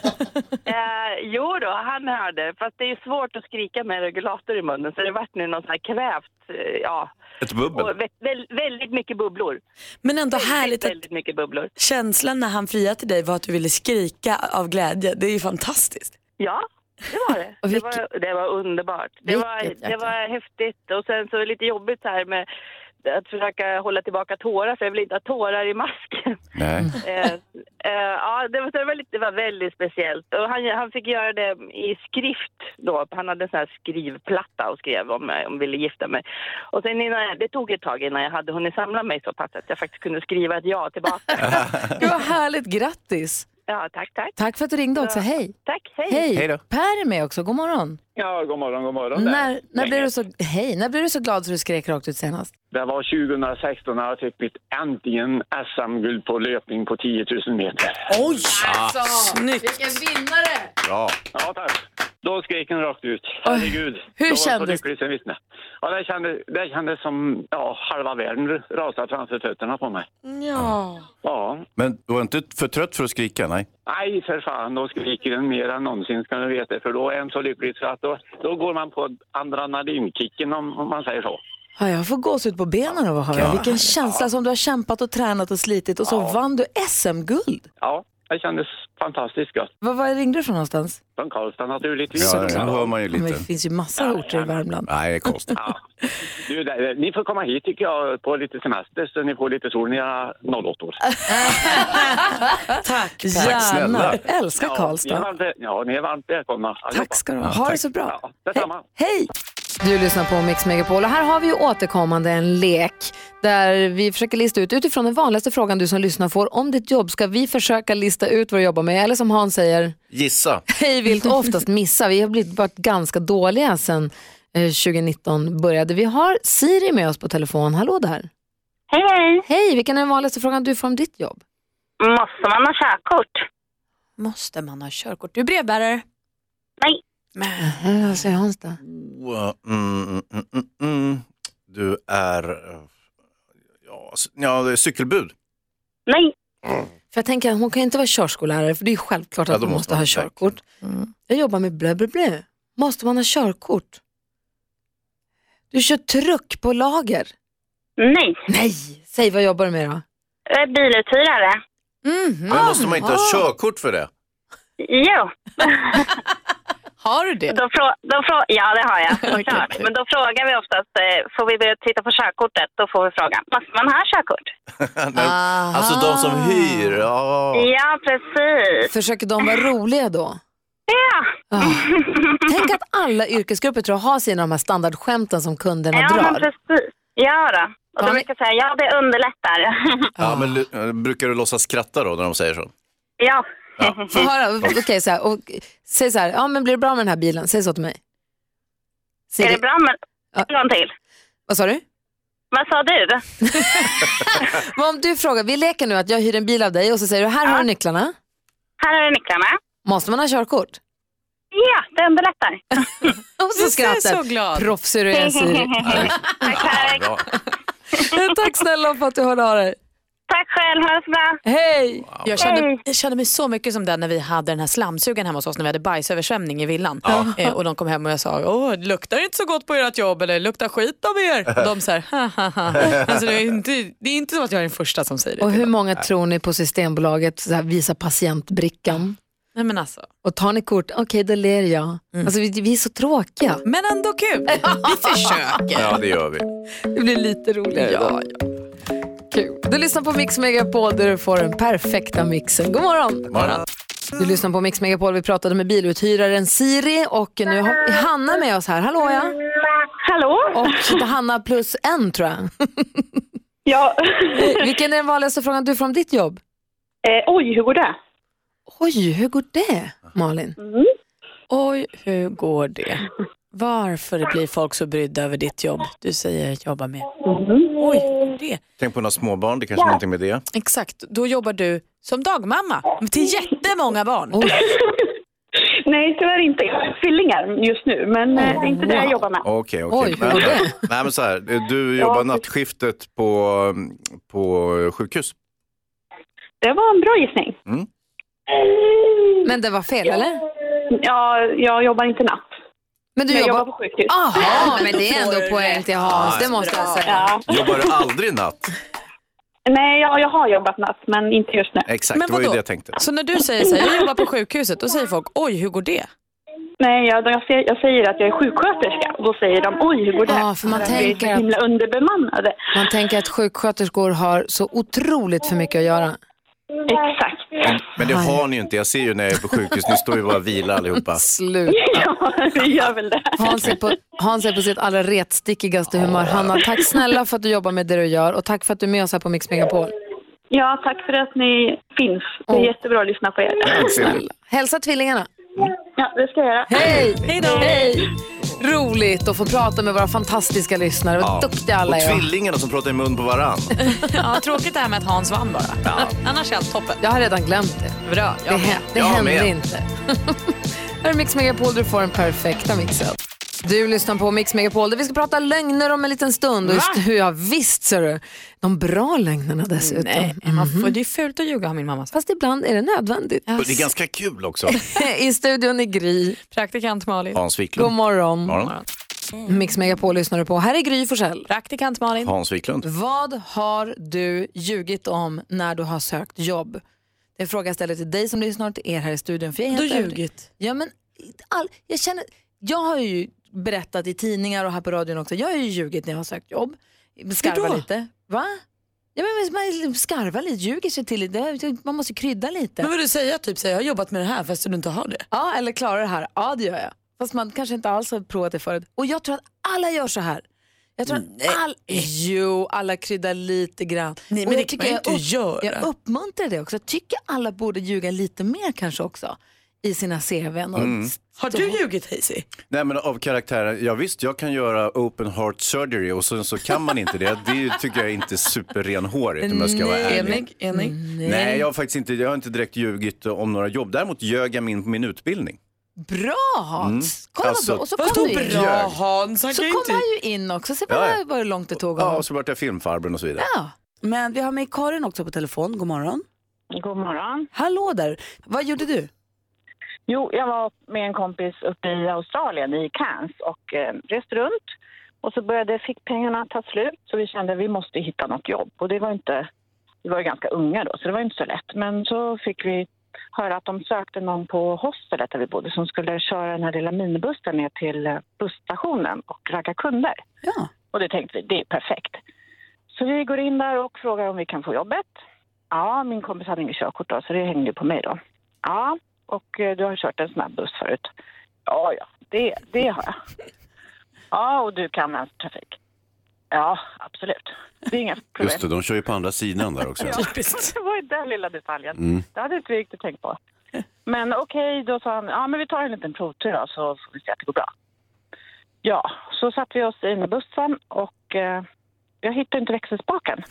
Jo då, han hörde. Fast det är svårt att skrika med regulator i munnen. Så det vart nu någon sån här kvävt, ett bubbel. Och väldigt mycket bubblor. Men ändå härligt att väldigt mycket bubblor. Känslan när han friade till dig var att du ville skrika av glädje. Det är ju fantastiskt. Ja, det var det. Det var underbart. Det var häftigt. Och sen så lite jobbigt så här med att försöka hålla tillbaka tårar, för jag vill inte ha tårar i masken. Nej. Ja, det var väldigt speciellt. Och han fick göra det i skrift då. Han hade en sån här skrivplatta och skrev om jag ville gifta mig. Och sen det tog ett tag innan jag hade hunnit samla mig så pass att jag faktiskt kunde skriva ett ja tillbaka. Gud vad härligt, grattis! Ja, tack. Tack för att du ringde också, hej! Tack, hej! Hej då. Per är med också, god morgon! Ja, god morgon. När blev du så glad så du skrek rakt ut senast? Det var 2016 när jag fick mitt äntligen SM-guld på löpning på 10 000 meter. Oj! Snyggt! Vilken vinnare! Bra! Ja, tack. Då skrek den rakt ut. Herregud. Hur kändes det? kändes det? Lycklig som vittne. Ja, det kändes som halva världen rasade framför fötterna på mig. Ja. Men du var inte för trött för att skrika, nej? Nej, för fan. Då skriker den mer än någonsin, ska du veta. För då är den så lycklig så att då går man på adrenalinkicken om man säger så. Ja, jag får gås ut på benen av att höra. Vilken känsla som du har kämpat och tränat och slitit och så vann du SM-guld. Ja, det kändes fantastiskt gott. Var ringde du från någonstans? Från Karlstad naturligtvis. Ja, det hör man ju lite. Men det finns ju massor av orter i Värmland. Nej, det är konstigt. Ja. Ni får komma hit tycker jag på lite semester så ni får lite sol när jag är 08 år. Tack, gärna. Jag älskar Karlstad. Ni är varmt välkomna. Tack ska du ha. Ha det så bra. Ja, detsamma. Hej! Du lyssnar på Mix Megapol och här har vi ju återkommande en lek där vi försöker lista ut utifrån den vanligaste frågan du som lyssnar får om ditt jobb. Ska vi försöka lista ut vad du jobbar med eller som Hans säger gissa. Hej vilt oftast missa. Vi har varit ganska dåliga sedan 2019 började. Vi har Siri med oss på telefon. Hallå där. Hej. Hej, vilken är den vanligaste frågan du får om ditt jobb? Måste man ha körkort? Måste man ha körkort? Du är brevbärare? Nej. Vad säger Hans då? Du är det är cykelbud. Nej. För jag tänker att hon kan inte vara körskollärare för det är självklart att hon måste ha körkort. Jag jobbar med blä. Måste man ha körkort? Du kör truck på lager? Nej. Säg, vad jobbar du med då? Biluthyrare. Men måste man inte ha körkort för det? Jo. Har du det? Ja, det har jag. Okay. Men då frågar vi oftast, får vi börja titta på körkortet, då får vi frågan, måste man ha körkort? Alltså de som hyr. Ja, precis. Försöker de vara roliga då? Ja. Tänk att alla yrkesgrupper tror har sina de här standardskämten som kunderna drar. Ja, men precis. Ja då. Och då brukar jag säga, ja det underlättar. Ja, men brukar du låtsas skratta då när de säger så? Ja. Får höra, okej, så här, och säg så här, ja men blir det bra med den här bilen? Säg så till mig. Är det bra med någon till? Vad sa du? Vad sa du? Men om du frågar, vi leker nu att jag hyr en bil av dig och så säger du, här har du nycklarna. Här har du nycklarna. Måste man ha körkort? Ja, det underlättar. Och så skrattar. Så glad. Proffsig du är, Siri. Tack. Tack snälla för att du hörde av dig. Tack själv, ha det så bra. Hej! Wow. Jag kände mig så mycket som den när vi hade den här slamsugen hemma hos oss när vi hade bajsöversvämning i villan. Och de kom hem och jag sa, det luktar inte så gott på ert jobb eller luktar skit av er. Och de så här, alltså, det är inte så att jag är den första som säger det. Och hur många tror ni på Systembolaget så här, visa patientbrickan? Nej men alltså. Och tar ni kort, okej, då ler jag. Alltså vi är så tråkiga. Men ändå kul. Vi försöker. Ja, det gör vi. Det blir lite roligare då. Kul. Du lyssnar på Mix Megapol där du får den perfekta mixen. God morgon. Du lyssnar på Mix Megapol. Vi pratade med biluthyraren Siri och nu har vi Hanna med oss här. Hallå ja. Hallå. Och Hanna plus en tror jag. Ja. Vilken är den vanligaste frågan du får om ditt jobb? Oj, hur går det? Oj, hur går det, Malin? Oj, hur går det? Varför blir folk så brydda över ditt jobb? Du säger jobba med. Oj, det. Tänk på några småbarn, det kanske är någonting med det. Exakt, då jobbar du som dagmamma till jättemånga barn. Nej, tyvärr inte. Jag har tvillingar just nu, men det är inte det jag jobbar med. Okej. Nej, men så här, du jobbar nattskiftet på sjukhus. Det var en bra gissning. Men det var fel, eller? Ja, jag jobbar inte natt. Men du jobbar på sjukhus. Jaha, men det är ändå poäng till Hans, det måste jag säga. Jobbar du aldrig natt? Nej, jag har jobbat natt, men inte just nu. Exakt, men det var ju det jag tänkte. Så när du säger så här, jag jobbar på sjukhuset, då säger folk, oj, hur går det? Nej, jag säger att jag är sjuksköterska och då säger de, oj, hur går det? Ja, för man tänker vi är så himla underbemannade. Man tänker att sjuksköterskor har så otroligt för mycket att göra. Exakt. Men det har ni ju inte. Jag ser ju när jag är på sjukhus. Ni står ju bara och vilar allihopa. Slut. Ja, vi gör väl det. Hans är på sitt allra retstickigaste humör. Hanna, tack snälla för att du jobbar med det du gör. Och tack för att du är med oss här på Mix Megapol. Ja, tack för att ni finns. Det är jättebra att lyssna på er. Snälla. Hälsa tvillingarna. Ja, det ska jag göra. Hej! Hej då! Hej! Roligt att få prata med våra fantastiska lyssnare. Vad duktiga alla är. Och tvillingarna som pratar i mun på varann. Ja, tråkigt det här med att Hans vann bara. Ja. Annars är allt toppen. Jag har redan glömt det. Bra. Det hände inte. Här är Mix Megapol, du får den perfekta mixen. Du lyssnar på Mix Megapol där vi ska prata lögner om en liten stund. Ja, visst ser du. De bra lögnerna dessutom. Nej, det är fult att ljuga, har min mamma sagt. Fast ibland är det nödvändigt. Och det är ganska kul också. I studion är Gry. Praktikant Malin. Hans Wiklund. God morgon. Mix Megapol lyssnar du på. Här är Gry Forssell. Praktikant Malin. Hans Wiklund. Vad har du ljugit om när du har sökt jobb? Det är en fråga jag ställer till dig som lyssnar, till er här i studion. För jag är helt ljugit? Ja, men jag har ju berättat i tidningar och här på radion också. Jag har ju ljugit när jag har sökt jobb. Skarvar lite. Va? Ja, men man skarvar lite, ljuger sig till lite. Man måste krydda lite. Men vad du säger, typ säga jag har jobbat med det här fast du inte har det. Ja, eller klarar det här. Ja, det gör jag. Fast man kanske inte alls har provat det förut. Och jag tror att alla gör så här. Jag tror att alla kryddar lite grann. Nej, men det kan man inte göra. Jag uppmuntrar det också. Jag tycker alla borde ljuga lite mer kanske också i sina CV:n. Har du ljugit, Hazy? Nej, men av karaktären, ja visst, jag kan göra open heart surgery och så kan man inte det. Det tycker jag inte är superrenhårigt om jag ska vara ärlig. Enig. Nej, jag har inte direkt ljugit om några jobb. Däremot ljög jag min utbildning. Bra Hans! Kolla alltså, vad bra. Och så kom du in. Bra Hans, så kom han ju in också. Se vad långt det tog. Ja, och så vart jag filmfarbrorn och så vidare. Ja. Men vi har med Karin också på telefon. God morgon. God morgon. Hallå där. Vad gjorde du? Jo, jag var med en kompis uppe i Australien, i Cairns, och reste runt. Och så fick pengarna ta slut, så vi kände att vi måste hitta något jobb. Och vi var ju ganska unga då, så det var inte så lätt. Men så fick vi höra att de sökte någon på hostelet där vi bodde som skulle köra den här lilla minibussen ner till busstationen och ragga kunder. Ja. Och det tänkte vi, det är perfekt. Så vi går in där och frågar om vi kan få jobbet. Ja, min kompis hade ingen körkort då, så det hängde på mig då. Ja. Och du har kört en snabb buss förut. Ja, det har jag. Ja, och du kan vänstertrafik. Ja, absolut. Det är inga problem. Just det, de kör ju på andra sidan där också. Ja, det var ju den lilla detaljen. Det hade inte riktigt tänkt på. Men okej, då sa han, ja men vi tar en liten provtur då, så får vi se att det går bra. Ja, så satt vi oss in i bussen och jag hittade inte växelspaken.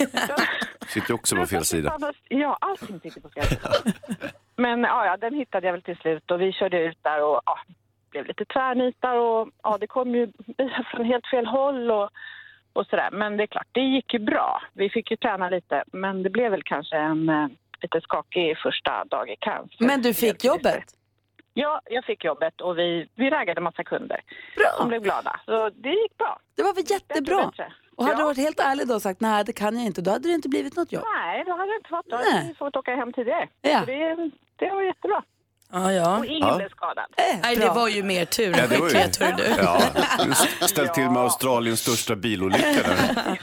Sitter också på fel sida. Ja, allting sitter på fel sida. Men ja, den hittade jag väl till slut och vi körde ut där och blev lite tvärnitar och det kom ju från helt fel håll och sådär. Men det är klart, det gick ju bra. Vi fick ju träna lite, men det blev väl kanske en lite skakig första dag i Cairns. Men du fick jobbet? Ja, jag fick jobbet och vi raggade massa kunder. Bra. De blev glada. Så det gick bra. Det var väl jättebra. Och hade du varit helt ärlig då och sagt nej, det kan jag inte, då hade det inte blivit något jobb. Nej, då hade det inte varit. Då hade vi fått åka hem tidigare. Ja. Så det var jättebra. Ja. Och ingen blev skadad. Nej, det var ju mer tur än skicklighet, hör du. Ja, ställt till med Australiens största bilolycka där.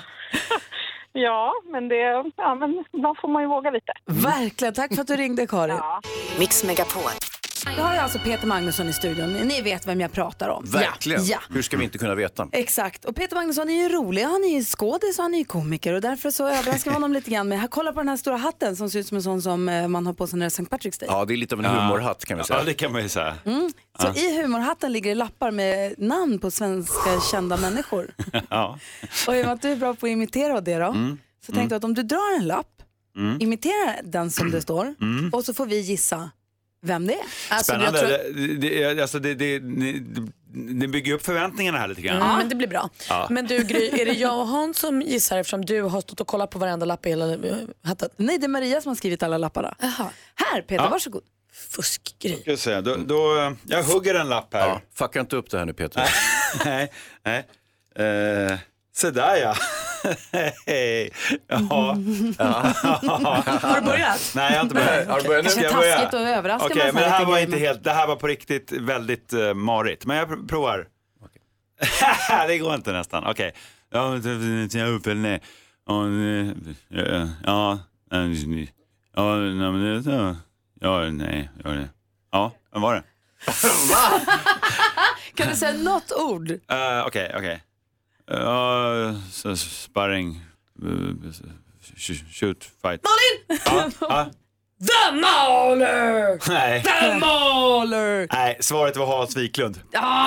Ja, men då får man ju våga lite. Verkligen, tack för att du ringde, Karin. Ja. Mix Megapol. Jag har alltså Peter Magnusson i studion. Ni vet vem jag pratar om. Verkligen. Ja. Hur ska vi inte kunna veta? Exakt. Och Peter Magnusson är ju rolig. Han är ju skådis och han är ju komiker. Och därför så överraskar vi honom lite grann med. Kolla på den här stora hatten som ser ut som en sån som man har på sig när det är St. Patrick's Day. Ja, det är lite av en humorhatt kan vi säga. Ja, det kan man ju säga. Så i humorhatten ligger det lappar med namn på svenska kända människor. Ja. Och i och med att du är bra på att imitera det då. Så tänkte jag att om du drar en lapp, imitera den som det står. Och så får vi gissa vem det är. Alltså, spännande. Det bygger upp förväntningarna här lite grann. Men det blir bra. Ja. Men du Gry, är det jag och Hans som gissar eftersom du har stått och kollat på varenda lapp i hela hatten? Nej, det är Maria som har skrivit alla lapparna. Aha. Här Peter, varsågod. Fuskgrej. Jag hugger en lapp här. Ja, fucka inte upp det här nu Peter. Nej. Så där ja. Hej. Ja. Har du börjat? Nej, jag har inte börjat. Har du börjat nu? Kanske taskigt att överraska. Okej, men det här var inte helt, det här var på riktigt väldigt marigt. Men jag provar. Det går inte nästan. Okej. Ja, upp eller nej. Ja, vad var det? Va? Kan du säga något ord? Okej. Sparring. Shoot, fight. Malin! Ja. The Mauler! Nej. The Mauler! Nej, svaret var Hans Wiklund.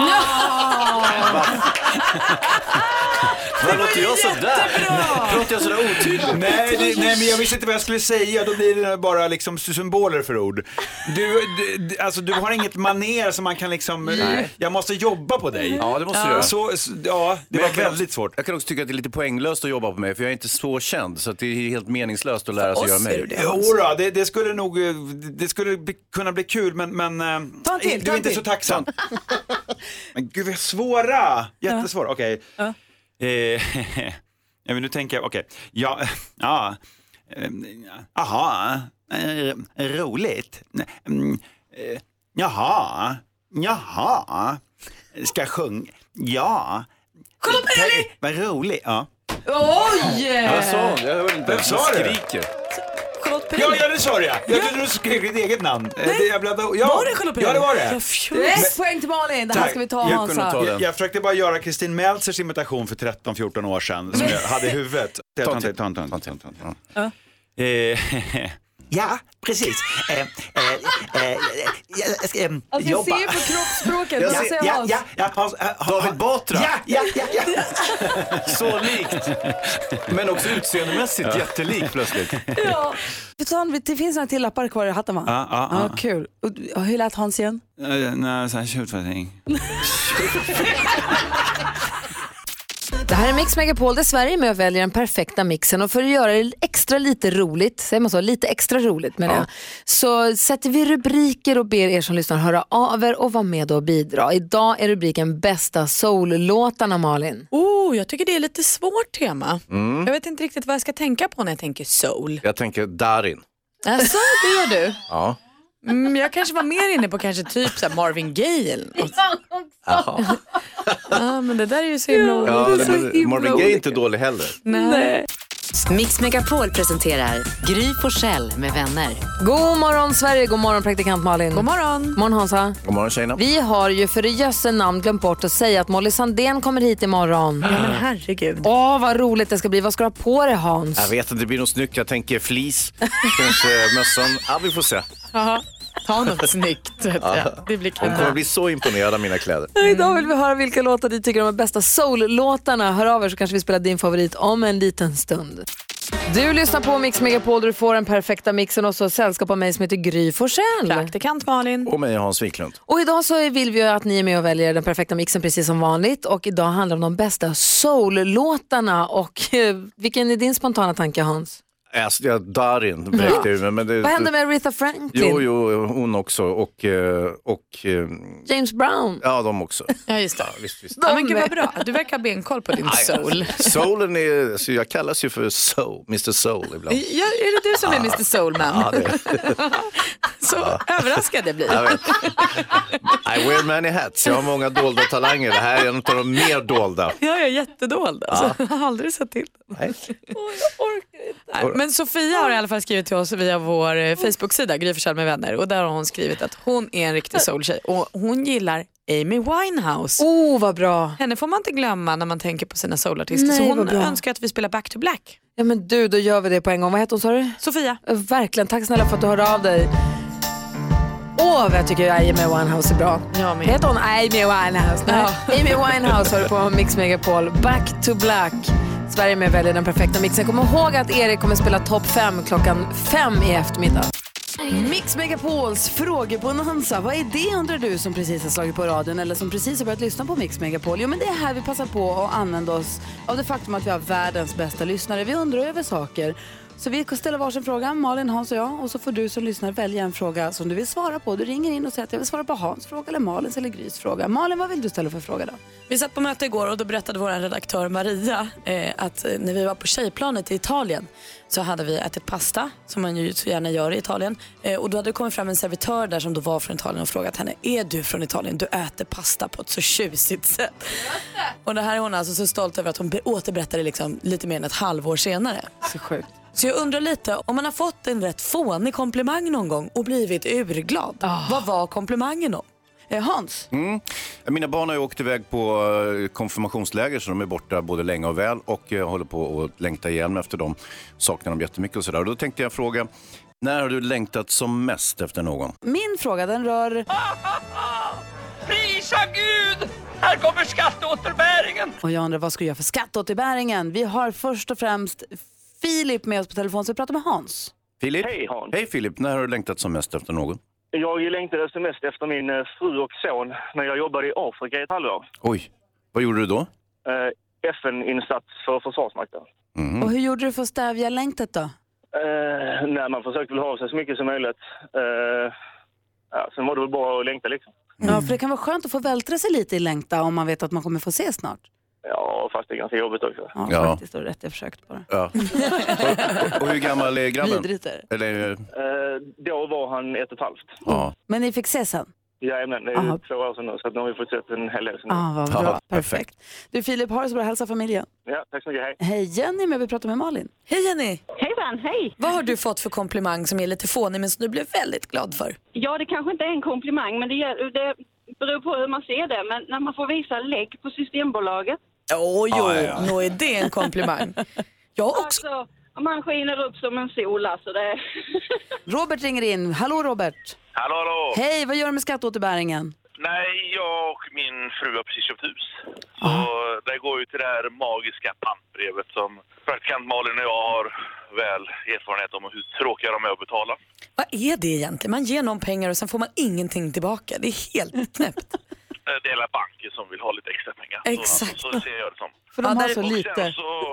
Vad låter jag sådär? Låter jag sådär otydligt? Nej, men jag visste inte vad jag skulle säga. Då blir det bara liksom symboler för ord. Du har inget maner som man kan liksom... Jag måste jobba på dig. Ja, det måste du göra. Det var väldigt svårt. Jag kan också tycka att det är lite poänglöst att jobba på mig, för jag är inte så känd, så att det är helt meningslöst att lära sig göra mig. Jodå, det skulle nog... Det skulle kunna bli kul, men du är inte så tacksam. Men gud, vad svåra! Jättesvåra, okej. Men nu tänker jag, okej. Aha, roligt. Jaha, ska sjunga. Ja. Vad roligt, ja. Oj! Vad sa hon? Jag hörde inte. Vem sa du? Skriker. Ja, det sa jag. Jag trodde du skrek ditt eget namn. Var det Charlotte Perrelli? Ja, det var det. Ett poäng till Malin. Det här ska vi ta, Hansa. Jag försökte bara göra Kristin Meltzers imitation för 13-14 år sedan som jag hade i huvudet. Ja, precis. Jag ska jobba. Jag ser på kroppsspråket. David Batra. Ja. Så likt. Men också utseendemässigt jättelik plötsligt. Ja. Det finns några till lappar kvar i hatten, va? Ja. Kul. Och hur lät Hans igen? Nej, så här tjutfattning. Det här är Mix Megapol där Sverige med och väljer den perfekta mixen, och för att göra det extra lite roligt, säger man så, lite extra roligt med det, så sätter vi rubriker och ber er som lyssnar höra av er och vara med och bidra. Idag är rubriken bästa soul-låtarna, Malin. Jag tycker det är lite svårt tema. Jag vet inte riktigt vad jag ska tänka på när jag tänker soul. Jag tänker Darin. Alltså, det gör du? Ja. Jag kanske var mer inne på kanske typ så här Marvin Gaye. Ja, men det där är ju så himla Marvin Gaye är inte dålig heller. Nej. Mix Megapol presenterar Gry Forssell med vänner. God morgon Sverige, god morgon praktikant Malin. God morgon. God morgon Hansa. God morgon tjejerna. Vi har ju för det jösse namn glömt bort att säga att Molly Sandén kommer hit imorgon. Ja, men herregud. Vad roligt det ska bli. Vad ska du ha på dig, Hans? Jag vet att det blir något snyggt. Jag tänker flis, kanske mössan. Ja, vi får se. Jaha. Ta något snyggt. Det blir kul. Hon kommer bli så imponerad av mina kläder. Idag vill vi höra vilka låtar ni tycker om de bästa soul-låtarna. Hör av er så kanske vi spelar din favorit om en liten stund. Du lyssnar på Mix Megapol där du får den perfekta mixen, och så sällskap av mig som heter Gry Forssell. Praktikant Malin. Och mig Hans Wiklund. Och idag så vill vi att ni är med och väljer den perfekta mixen precis som vanligt. Och idag handlar det om de bästa soul-låtarna. Och vilken är din spontana tanke, Hans? Darin bräckte ur mig. Men vad hände med Aretha Franklin? Jo, hon också. Och James Brown. Ja, de också. Ja, just det. Visst. Ja, men gud vad bra. Du verkar ha benkoll på din soul. Soulen är, så jag kallas ju för Soul, Mr. Soul ibland. Ja, är det du som är Mr. Soulman? Ja, det. Så överraskad jag blir. Jag vet. I wear many hats. Jag har många dolda talanger. Det här är en av de mer dolda. Ja, jag är jättedolda. Ja. Jag har aldrig sett till. Nej. Jag orkar inte. Men Sofia har i alla fall skrivit till oss via vår Facebook-sida Gry Forssell med vänner, och där har hon skrivit att hon är en riktig soultjej och hon gillar Amy Winehouse. Vad bra. Henne får man inte glömma när man tänker på sina soulartister. Så hon önskar att vi spelar Back to Black. Ja, men du, då gör vi det på en gång. Vad heter hon, sa du? Sofia. Verkligen, tack snälla för att du hörde av dig. Vad jag tycker Amy Winehouse är bra. Ja, men. Heter hon Amy Winehouse? Nej. Ja. Amy Winehouse har du på Mix Megapol. Back to Black. Sverige med väljer den perfekta mixen. Kom ihåg att Erik kommer spela topp 5 klockan 5 i eftermiddag. Mix Megapols frågebonanza. Vad är det, undrar du som precis har slagit på radion eller som precis har börjat lyssna på Mix Megapol? Jo, men det är här vi passar på att använda oss av det faktum att vi har världens bästa lyssnare. Vi undrar över saker Så vi ställer varsin fråga, Malin, Hans och jag. Och så får du som lyssnar välja en fråga som du vill svara på. Du ringer in och säger att jag vill svara på Hans fråga eller Malins eller Grys fråga. Malin, vad vill du ställa för fråga då? Vi satt på möte igår och då berättade vår redaktör Maria att när vi var på tjejplanet i Italien så hade vi ätit pasta, som man ju så gärna gör i Italien. Och då hade det kommit fram en servitör där som då var från Italien och frågat henne: är du från Italien? Du äter pasta på ett så tjusigt sätt. Och det här är hon alltså så stolt över att hon återberättade liksom lite mer än ett halvår senare. Så sjukt. Så jag undrar lite, om man har fått en rätt fånig komplimang någon gång och blivit urglad. Vad var komplimangen om? Hans? Mina barn har ju åkt iväg på konfirmationsläger så de är borta både länge och väl och jag håller på att längta igen efter dem. Saknar dem jättemycket och sådär. Och då tänkte jag fråga, när har du längtat som mest efter någon? Min fråga, den rör... Prisa Gud! Här kommer skatteåterbäringen! Och jag undrar, vad ska jag göra för skatteåterbäringen? Vi har först och främst Filip med oss på telefon, så vi pratar med Hans. Filip? Hej Hans. Hej Filip, när har du längtat som mest efter någon? Jag längtade som mest efter min fru och son när jag jobbade i Afrika i ett halvår. Oj, vad gjorde du då? FN-insats för Försvarsmakten. Och hur gjorde du för att stävja längtet då? Nej, man försökte väl ha sig så mycket som möjligt. Sen var det väl bara att längta liksom. Ja, för det kan vara skönt att få vältra sig lite i längta om man vet att man kommer få se snart. Ja, fast det är ganska jobbigt också. Ja, faktiskt. Och rätt, jag försökt bara. Ja. och hur gammal är grabben? Vidrigt är det. Eller... Då var han 1,5. Ja. Men ni fick se sen? Jajamän, det är 2 år sedan nu, så att nu har vi fått sett en hel del. Vad bra. Perfekt. Du Filip, har det så bra, hälsa familjen. Ja, tack så mycket, hej. Hej Jenny, men vi pratar med Malin. Hej Jenny! Hejsan, hej! Vad har du fått för komplimang som är lite fånig men som du blev väldigt glad för? Ja, det kanske inte är en komplimang, men det beror på hur man ser det. Men när man får visa lägg på Systembolaget. Nu är det en komplimang. Jag också. Alltså, man skiner upp som en sol, alltså det. Robert ringer in. Hallå Robert. Hallå. Hej, vad gör du med skatteåterbäringen? Nej, jag och min fru har precis köpt hus. Så det går ju till det här magiska pantbrevet som praktikant Malin och jag har väl erfarenhet om hur tråkiga de är att betala. Vad är det egentligen? Man ger någon pengar och sen får man ingenting tillbaka. Det är helt knäppt. Det är alla banker som vill ha lite extra pengar. Exakt. Så ser jag det som. För de har så lite.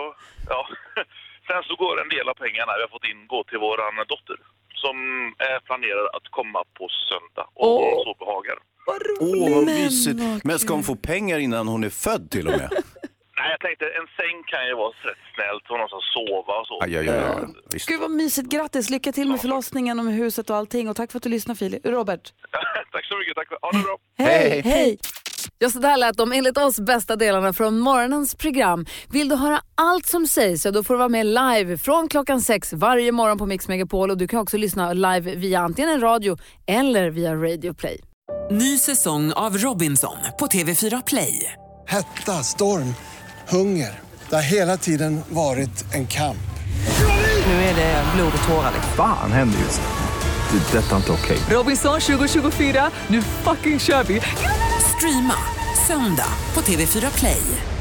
Sen så går en del av pengarna vi har fått in gå till våran dotter. Som är planerad att komma på söndag. Och så behagar. Vad mysigt. Men ska hon få pengar innan hon är född till och med? Nej, jag tänkte en säng kan ju vara rätt snällt. Hon ska sova och så. Visst. Gud vad mysigt, grattis. Lycka till med förlossningen och med huset och allting. Och tack för att du lyssnade, Filip. Robert. Tack så mycket, tack för ha det bra. Hej. Ja, så där lät de enligt oss bästa delarna från morgonens program. Vill du höra allt som sägs så då får du vara med live från klockan 6 varje morgon på Mix Megapol. Och du kan också lyssna live via antingen en radio eller via Radio Play. Ny säsong av Robinson på TV4 Play. Hetta, storm, hunger. Det har hela tiden varit en kamp. Nu är det blod och tårar. Fan händer just det. Detta är inte okej. Robinson 2024, nu fucking kör vi. Streama söndag på TV4 Play.